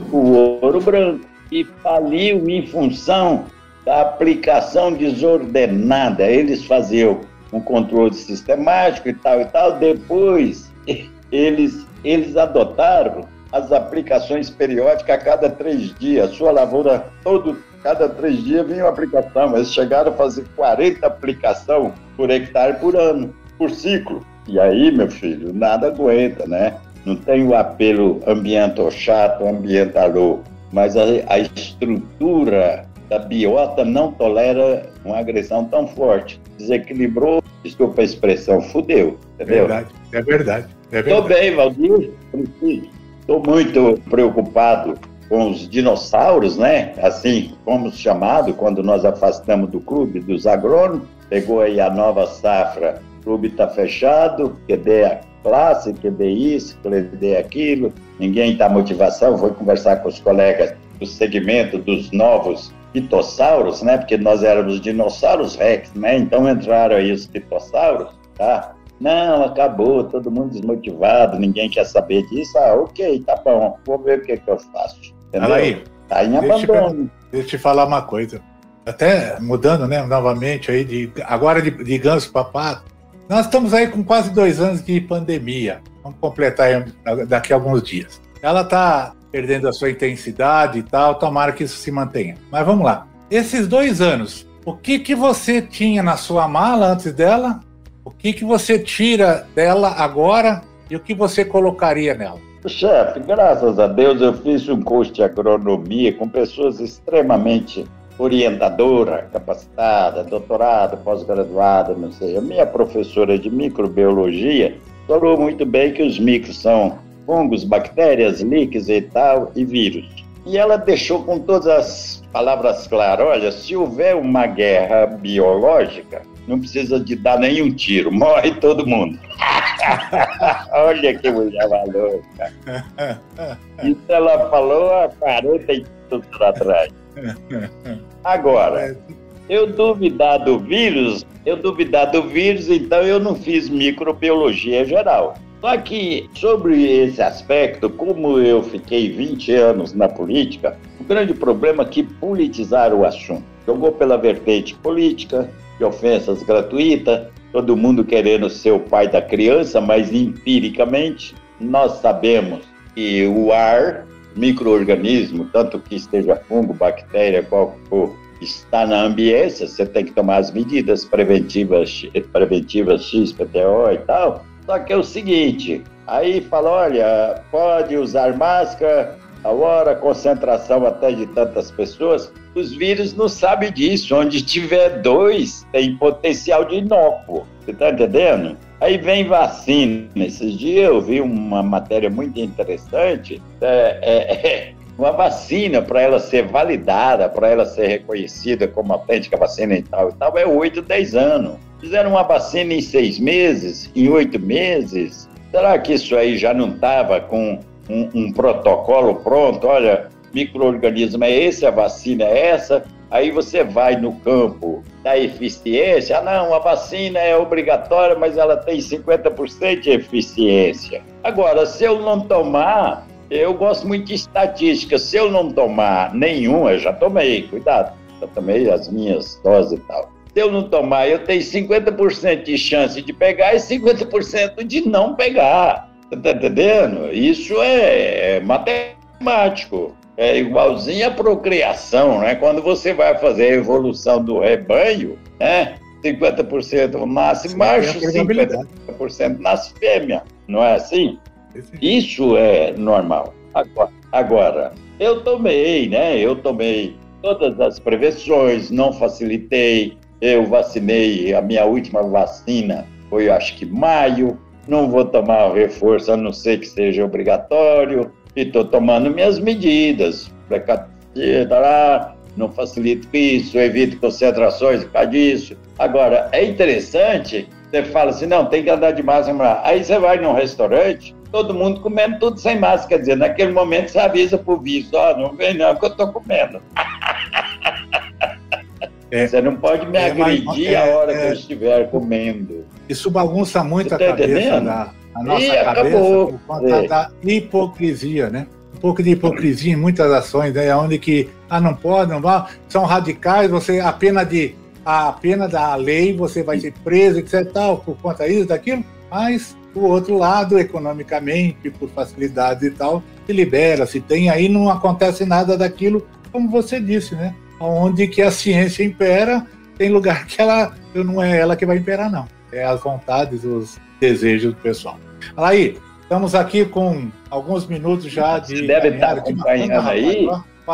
o Ouro Branco. E faliu em função da aplicação desordenada. Eles faziam um controle sistemático e tal. Depois, eles adotaram as aplicações periódicas a cada 3 dias. Sua lavoura, cada 3 dias vinha uma aplicação. Eles chegaram a fazer 40 aplicações por hectare por ano, por ciclo. E aí, meu filho, nada aguenta, né? Não tem o apelo ambiental chato, ambientalô, mas a estrutura da biota não tolera uma agressão tão forte. Desequilibrou, desculpa a expressão, fudeu, entendeu? É verdade. Estou bem, Valdir. Estou muito preocupado com os dinossauros, né? Assim, fomos chamados quando nós afastamos do clube, dos agrônomos. Pegou aí a nova safra, o clube está fechado, QD a classe, QD isso, QD aquilo. Ninguém está motivação, foi conversar com os colegas do segmento dos novos pitossauros, né? Porque nós éramos dinossauros rex, né? Então entraram aí os pitossauros, tá? Não, acabou, todo mundo desmotivado, ninguém quer saber disso. Ah, ok, tá bom, vou ver o que eu faço. Entendeu? Aí, tá em abandono. Deixa eu te falar uma coisa. Até mudando, né, novamente aí, agora de ganso para pato, nós estamos aí com quase 2 anos de pandemia. Vamos completar aí daqui a alguns dias. Ela está perdendo a sua intensidade e tal, tomara que isso se mantenha. Mas vamos lá. Esses 2 anos, o que você tinha na sua mala antes dela? O que você tira dela agora e o que você colocaria nela? Chefe, graças a Deus eu fiz um curso de agronomia com pessoas extremamente orientadoras, capacitadas, doutorado, pós-graduada, não sei. A minha professora de microbiologia falou muito bem que os micros são fungos, bactérias, líquidos e tal, e vírus. E ela deixou com todas as palavras claras, olha, se houver uma guerra biológica, não precisa de dar nenhum tiro, morre todo mundo. Olha que mulher maluca. Isso ela falou há 40 e tantos atrás. Agora, eu duvidar do vírus, então eu não fiz microbiologia geral. Só que, sobre esse aspecto, como eu fiquei 20 anos na política, o grande problema é que politizaram o assunto. Jogou pela vertente política, de ofensas gratuitas, todo mundo querendo ser o pai da criança, mas empiricamente nós sabemos que o ar, micro-organismo, tanto que esteja fungo, bactéria, qual for, está na ambiência, você tem que tomar as medidas preventivas XPTO e tal. Só que é o seguinte, aí fala, olha, pode usar máscara, a hora, concentração até de tantas pessoas. Os vírus não sabem disso. Onde tiver 2, tem potencial de inócuo. Você está entendendo? Aí vem vacina. Esses dias eu vi uma matéria muito interessante. Uma vacina, para ela ser validada, para ela ser reconhecida como autêntica vacina e tal, é 8, 10 anos. Fizeram uma vacina em 6 meses, em 8 meses. Será que isso aí já não estava com um protocolo pronto? Olha, micro-organismo é esse, a vacina é essa. Aí você vai no campo da eficiência. Ah, não, a vacina é obrigatória, mas ela tem 50% de eficiência. Agora, se eu não tomar, eu gosto muito de estatística, se eu não tomar nenhum, eu já tomei, cuidado, já tomei as minhas doses e tal. Se eu não tomar, eu tenho 50% de chance de pegar e 50% de não pegar. Você está entendendo? Isso é matemático. É igualzinho à procriação, né? Quando você vai fazer a evolução do rebanho, né? 50% nasce macho, 50% nasce fêmea. Não é assim? Isso é normal. Agora, eu tomei, né? Eu tomei todas as prevenções, não facilitei. Eu vacinei, a minha última vacina foi, acho que maio. Não vou tomar o reforço, a não ser que seja obrigatório. E estou tomando minhas medidas. Não facilito isso, evito concentrações por causa disso. Agora, é interessante, você fala assim, não, tem que andar de máscara. Aí você vai num restaurante, todo mundo comendo tudo sem máscara. Quer dizer, naquele momento você avisa pro visto, não vem não, que eu estou comendo. Você não pode me agredir a hora que eu estiver comendo. Isso bagunça muito a cabeça a nossa cabeça acabou. Por conta da hipocrisia, né? Um pouco de hipocrisia em muitas ações, né? Onde que, não pode, não vai, são radicais, a pena da lei, você vai ser preso, etc, tal, por conta disso, daquilo, mas do outro lado, economicamente, por facilidade e tal, se libera, se tem, aí não acontece nada daquilo, como você disse, né? Onde que a ciência impera, tem lugar que não é ela que vai imperar, não. É as vontades, os desejos do pessoal. Aí, estamos aqui com alguns minutos já de... Você deve estar acompanhando aí.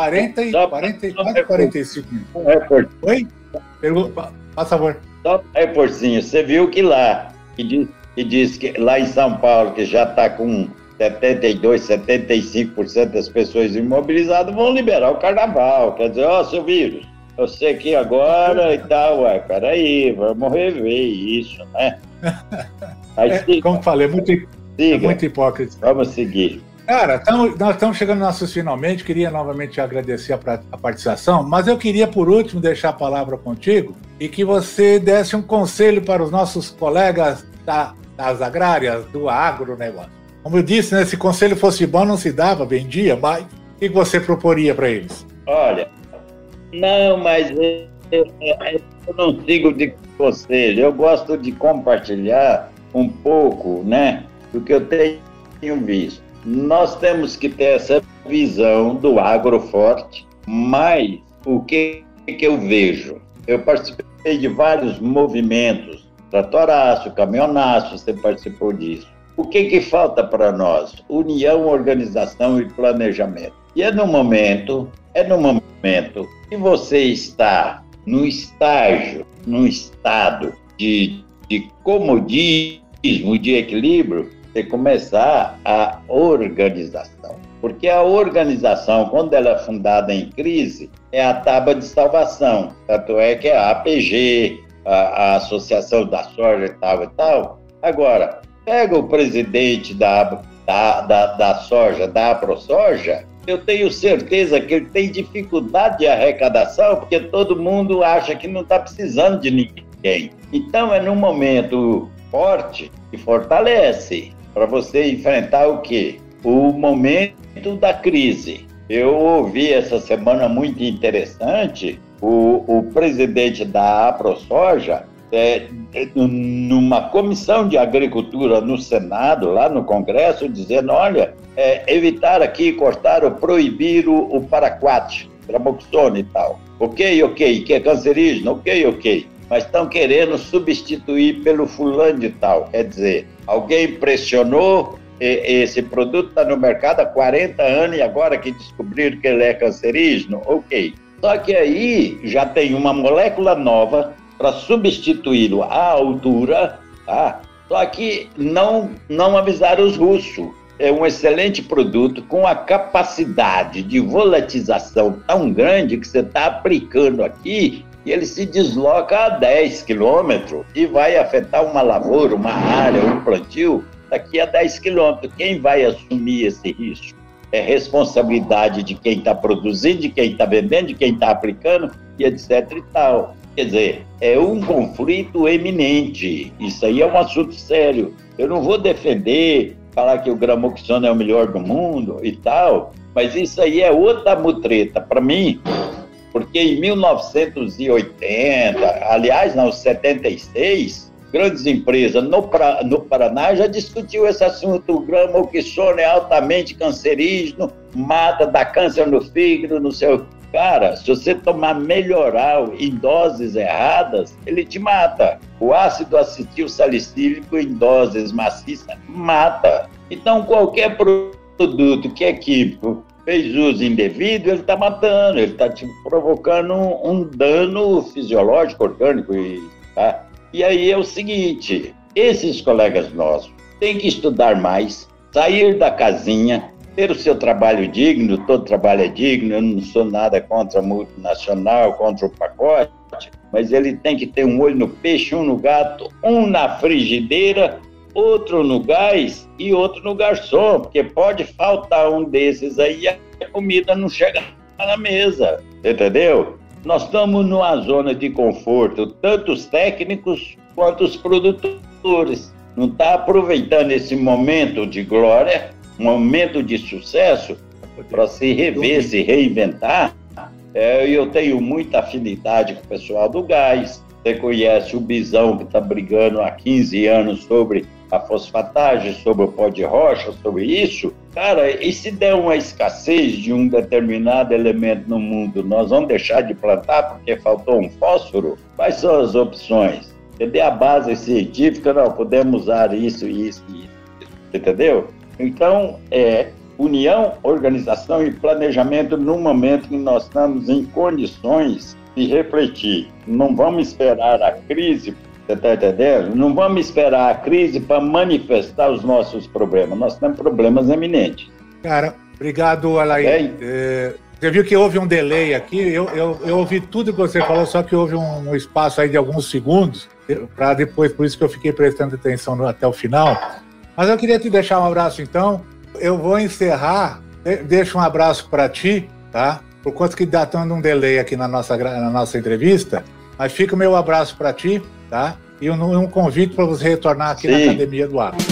45 minutos. Oi? Pergunta, por favor. Só um reportinho. Você viu que lá, que diz que lá em São Paulo, que já está com 72%, 75% das pessoas imobilizadas, vão liberar o carnaval. Quer dizer, seu vírus, eu sei aqui agora e tal, peraí, vamos rever isso, né? Aí, como falei, é muito hipócrita. Vamos seguir. Cara, nós estamos chegando nos nossos finalmente, queria novamente agradecer a participação, mas eu queria, por último, deixar a palavra contigo e que você desse um conselho para os nossos colegas das agrárias, do agronegócio. Como eu disse, né, se conselho fosse bom, não se dava, vendia, mas o que você proporia para eles? Olha, não, mas eu não sigo de conselho, eu gosto de compartilhar um pouco, né, do que eu tenho visto. Nós temos que ter essa visão do agro forte, mas o que eu vejo? Eu participei de vários movimentos, tratoraço, caminhonaço, você participou disso. O que falta para nós? União, organização e planejamento. E é no momento que você está no estado de comodismo, de equilíbrio, você começar a organização. Porque a organização, quando ela é fundada em crise, é a tábua de salvação. Tanto é que é a APG, a Associação da Soja e tal. Agora, pega o presidente da soja, da AproSoja, eu tenho certeza que ele tem dificuldade de arrecadação, porque todo mundo acha que não está precisando de ninguém. Então, é num momento forte que fortalece para você enfrentar o quê? O momento da crise. Eu ouvi essa semana muito interessante o presidente da AproSoja, numa comissão de agricultura no Senado, lá no Congresso, dizendo, olha, evitar aqui, cortar ou proibir o paraquat, gramoxone e tal. Ok, que é cancerígeno, ok. Mas estão querendo substituir pelo fulano de tal. Quer dizer, alguém pressionou, esse produto está no mercado há 40 anos e agora que descobriram que ele é cancerígeno, ok. Só que aí já tem uma molécula nova para substituí-lo à altura, tá? Só que não avisaram os russos. É um excelente produto com a capacidade de volatização tão grande que você está aplicando aqui e ele se desloca a 10 quilômetros e vai afetar uma lavoura, uma área, um plantio daqui a 10 quilômetros. Quem vai assumir esse risco? É responsabilidade de quem está produzindo, de quem está vendendo, de quem está aplicando e etc e tal. Quer dizer, é um conflito eminente. Isso aí é um assunto sério. Eu não vou defender, falar que o gramoxone é o melhor do mundo e tal, mas isso aí é outra mutreta para mim, porque em 1980, aliás, não, 76, grandes empresas no Paraná já discutiu esse assunto. O gramoxone é altamente cancerígeno, mata, dá câncer no fígado, no seu... Cara, se você tomar melhoral em doses erradas, ele te mata. O ácido acetil salicílico em doses maciças mata. Então, qualquer produto que é químico fez uso indevido, ele está matando, ele está te provocando um dano fisiológico, orgânico. Tá? E aí é o seguinte, esses colegas nossos têm que estudar mais, sair da casinha, ter o seu trabalho digno, todo trabalho é digno, eu não sou nada contra a multinacional, contra o pacote, mas ele tem que ter um olho no peixe, um no gato, um na frigideira, outro no gás e outro no garçom, porque pode faltar um desses aí e a comida não chega na mesa, entendeu? Nós estamos numa zona de conforto, tanto os técnicos quanto os produtores. Não está aproveitando esse momento de glória, um momento de sucesso para se rever, se reinventar. Eu tenho muita afinidade com o pessoal do gás. Você conhece o Bisão, que está brigando há 15 anos sobre a fosfatagem, sobre o pó de rocha, sobre isso. Cara, e se der uma escassez de um determinado elemento no mundo, nós vamos deixar de plantar porque faltou um fósforo? Quais são as opções? Entender a base científica, não, podemos usar isso, entendeu? Então, união, organização e planejamento no momento que nós estamos em condições de refletir. Não vamos esperar a crise, você está entendendo? Não vamos esperar a crise para manifestar os nossos problemas. Nós temos problemas eminentes. Cara, obrigado, Alair. Você viu que houve um delay aqui, eu ouvi tudo que você falou, só que houve um espaço aí de alguns segundos, para depois, por isso que eu fiquei prestando atenção até o final. Mas eu queria te deixar um abraço, então. Eu vou encerrar, deixo um abraço para ti, tá? Por conta que está dando um delay aqui na nossa entrevista, mas fica o meu abraço para ti, tá? E um convite para você retornar aqui na Academia do Agro.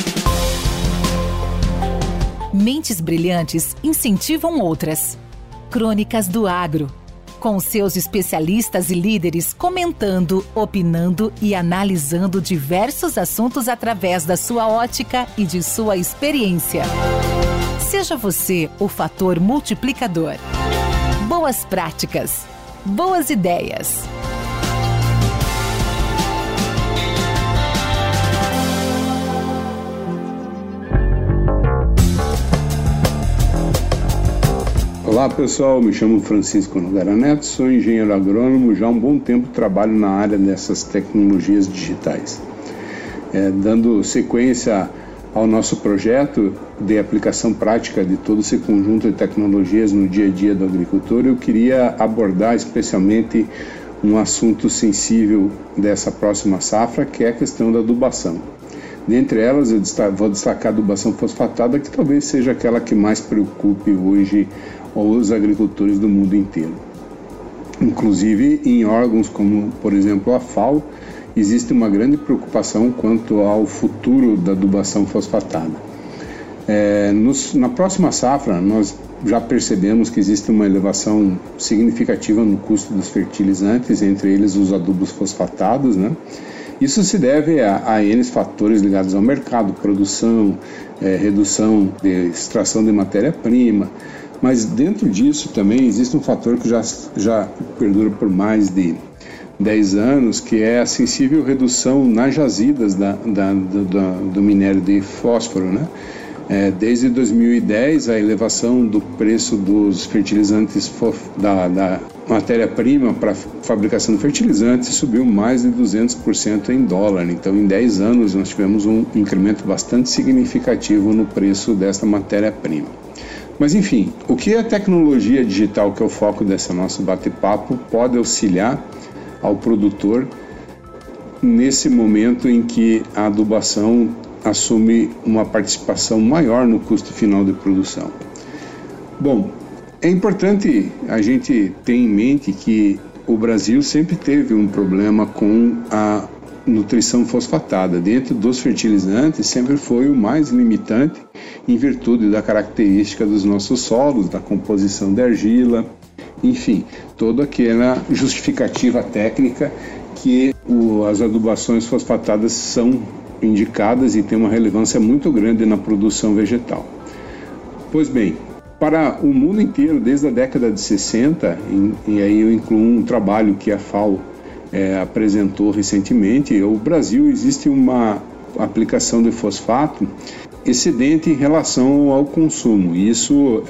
Mentes brilhantes incentivam outras. Crônicas do Agro, com seus especialistas e líderes comentando, opinando e analisando diversos assuntos através da sua ótica e de sua experiência. Seja você o fator multiplicador. Boas práticas, boas ideias. Olá pessoal, me chamo Francisco Nogueira Neto, sou engenheiro agrônomo, já há um bom tempo trabalho na área dessas tecnologias digitais. Dando sequência ao nosso projeto de aplicação prática de todo esse conjunto de tecnologias no dia a dia do agricultor, eu queria abordar especialmente um assunto sensível dessa próxima safra, que é a questão da adubação. Dentre elas, eu vou destacar a adubação fosfatada, que talvez seja aquela que mais preocupe hoje os agricultores do mundo inteiro. Inclusive, em órgãos como, por exemplo, a FAO, existe uma grande preocupação quanto ao futuro da adubação fosfatada. Na próxima safra, nós já percebemos que existe uma elevação significativa no custo dos fertilizantes, entre eles os adubos fosfatados, né? Isso se deve a N fatores ligados ao mercado, produção, redução de extração de matéria-prima, mas dentro disso também existe um fator que já perdura por mais de 10 anos, que é a sensível redução nas jazidas do minério de fósforo, né? Desde 2010, a elevação do preço dos fertilizantes da matéria-prima para fabricação de fertilizantes subiu mais de 200% em dólar. Então, em 10 anos, nós tivemos um incremento bastante significativo no preço desta matéria-prima. Mas, enfim, o que a tecnologia digital, que é o foco desse nosso bate-papo, pode auxiliar ao produtor nesse momento em que a adubação assume uma participação maior no custo final de produção? Bom, é importante a gente ter em mente que o Brasil sempre teve um problema com a nutrição fosfatada. Dentro dos fertilizantes, sempre foi o mais limitante em virtude da característica dos nossos solos, da composição da argila, enfim, toda aquela justificativa técnica que as adubações fosfatadas são indicadas e tem uma relevância muito grande na produção vegetal. Pois bem, para o mundo inteiro, desde a década de 60, e aí eu incluo um trabalho que a FAO apresentou recentemente, o Brasil existe uma aplicação de fosfato excedente em relação ao consumo. Isso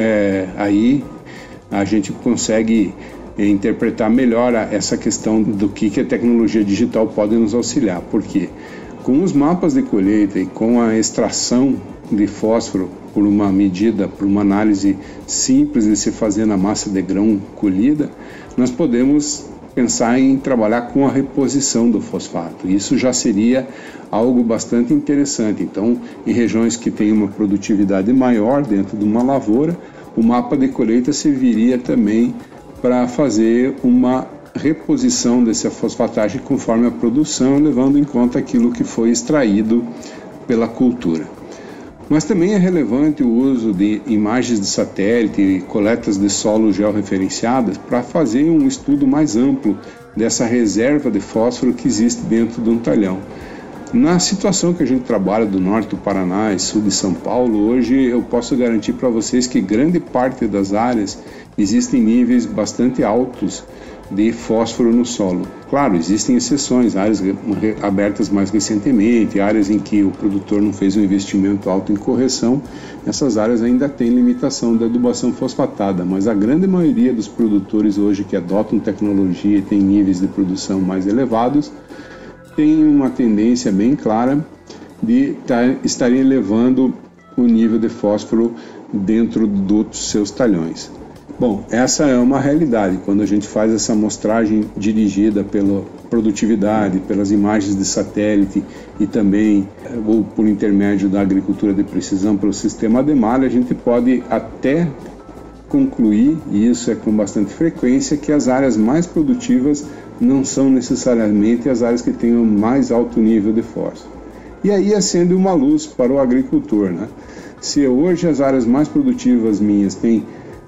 aí a gente consegue interpretar melhor essa questão do que a tecnologia digital pode nos auxiliar. Por quê? Com os mapas de colheita e com a extração de fósforo por uma medida, por uma análise simples de se fazer na massa de grão colhida, nós podemos pensar em trabalhar com a reposição do fosfato. Isso já seria algo bastante interessante. Então, em regiões que têm uma produtividade maior dentro de uma lavoura, o mapa de colheita serviria também para fazer uma reposição dessa fosfatagem conforme a produção, levando em conta aquilo que foi extraído pela cultura. Mas também é relevante o uso de imagens de satélite e coletas de solo georreferenciadas para fazer um estudo mais amplo dessa reserva de fósforo que existe dentro de um talhão. Na situação que a gente trabalha do norte do Paraná e sul de São Paulo, hoje eu posso garantir para vocês que grande parte das áreas existem níveis bastante altos de fósforo no solo. Claro, existem exceções, áreas abertas mais recentemente, áreas em que o produtor não fez um investimento alto em correção, essas áreas ainda têm limitação da adubação fosfatada, mas a grande maioria dos produtores hoje que adotam tecnologia e têm níveis de produção mais elevados, tem uma tendência bem clara de estarem elevando o nível de fósforo dentro dos seus talhões. Bom, essa é uma realidade. Quando a gente faz essa amostragem dirigida pela produtividade, pelas imagens de satélite e também ou por intermédio da agricultura de precisão pelo sistema ADEMAR, a gente pode até concluir, e isso é com bastante frequência, que as áreas mais produtivas não são necessariamente as áreas que tenham mais alto nível de fósforo. E aí acende uma luz para o agricultor, né? Se hoje as áreas mais produtivas minhas têm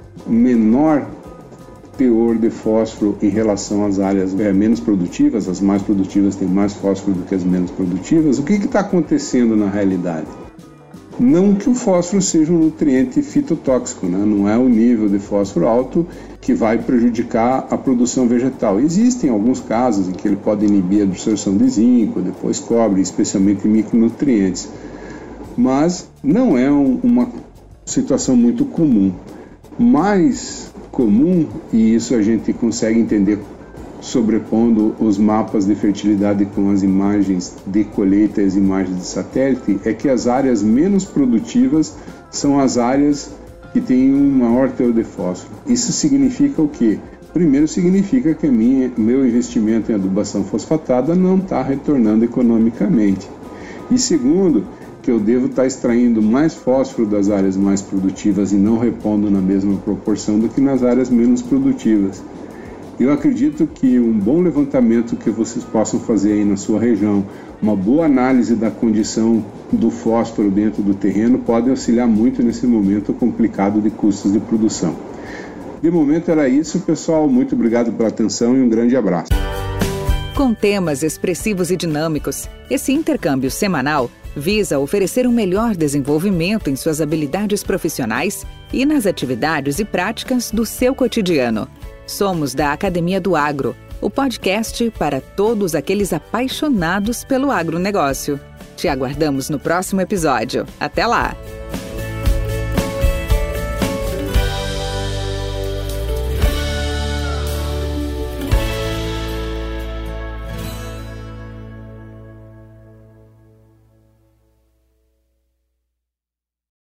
menor teor de fósforo em relação às áreas menos produtivas, as mais produtivas têm mais fósforo do que as menos produtivas, o que está acontecendo na realidade? Não que o fósforo seja um nutriente fitotóxico, né? Não é o nível de fósforo alto que vai prejudicar a produção vegetal. Existem alguns casos em que ele pode inibir a absorção de zinco, depois cobre, especialmente micronutrientes, mas não é uma situação muito comum. Mais comum, e isso a gente consegue entender sobrepondo os mapas de fertilidade com as imagens de colheita e as imagens de satélite, é que as áreas menos produtivas são as áreas que têm um maior teor de fósforo. Isso significa o quê? Primeiro, significa que meu investimento em adubação fosfatada não está retornando economicamente. E segundo, que eu devo estar extraindo mais fósforo das áreas mais produtivas e não repondo na mesma proporção do que nas áreas menos produtivas. Eu acredito que um bom levantamento que vocês possam fazer aí na sua região, Uma boa análise da condição do fósforo dentro do terreno pode auxiliar muito nesse momento complicado de custos de produção. De momento era isso, pessoal. Muito obrigado pela atenção e um grande abraço. Com temas expressivos e dinâmicos, esse intercâmbio semanal visa oferecer um melhor desenvolvimento em suas habilidades profissionais e nas atividades e práticas do seu cotidiano. Somos da Academia do Agro, o podcast para todos aqueles apaixonados pelo agronegócio. Te aguardamos no próximo episódio. Até lá!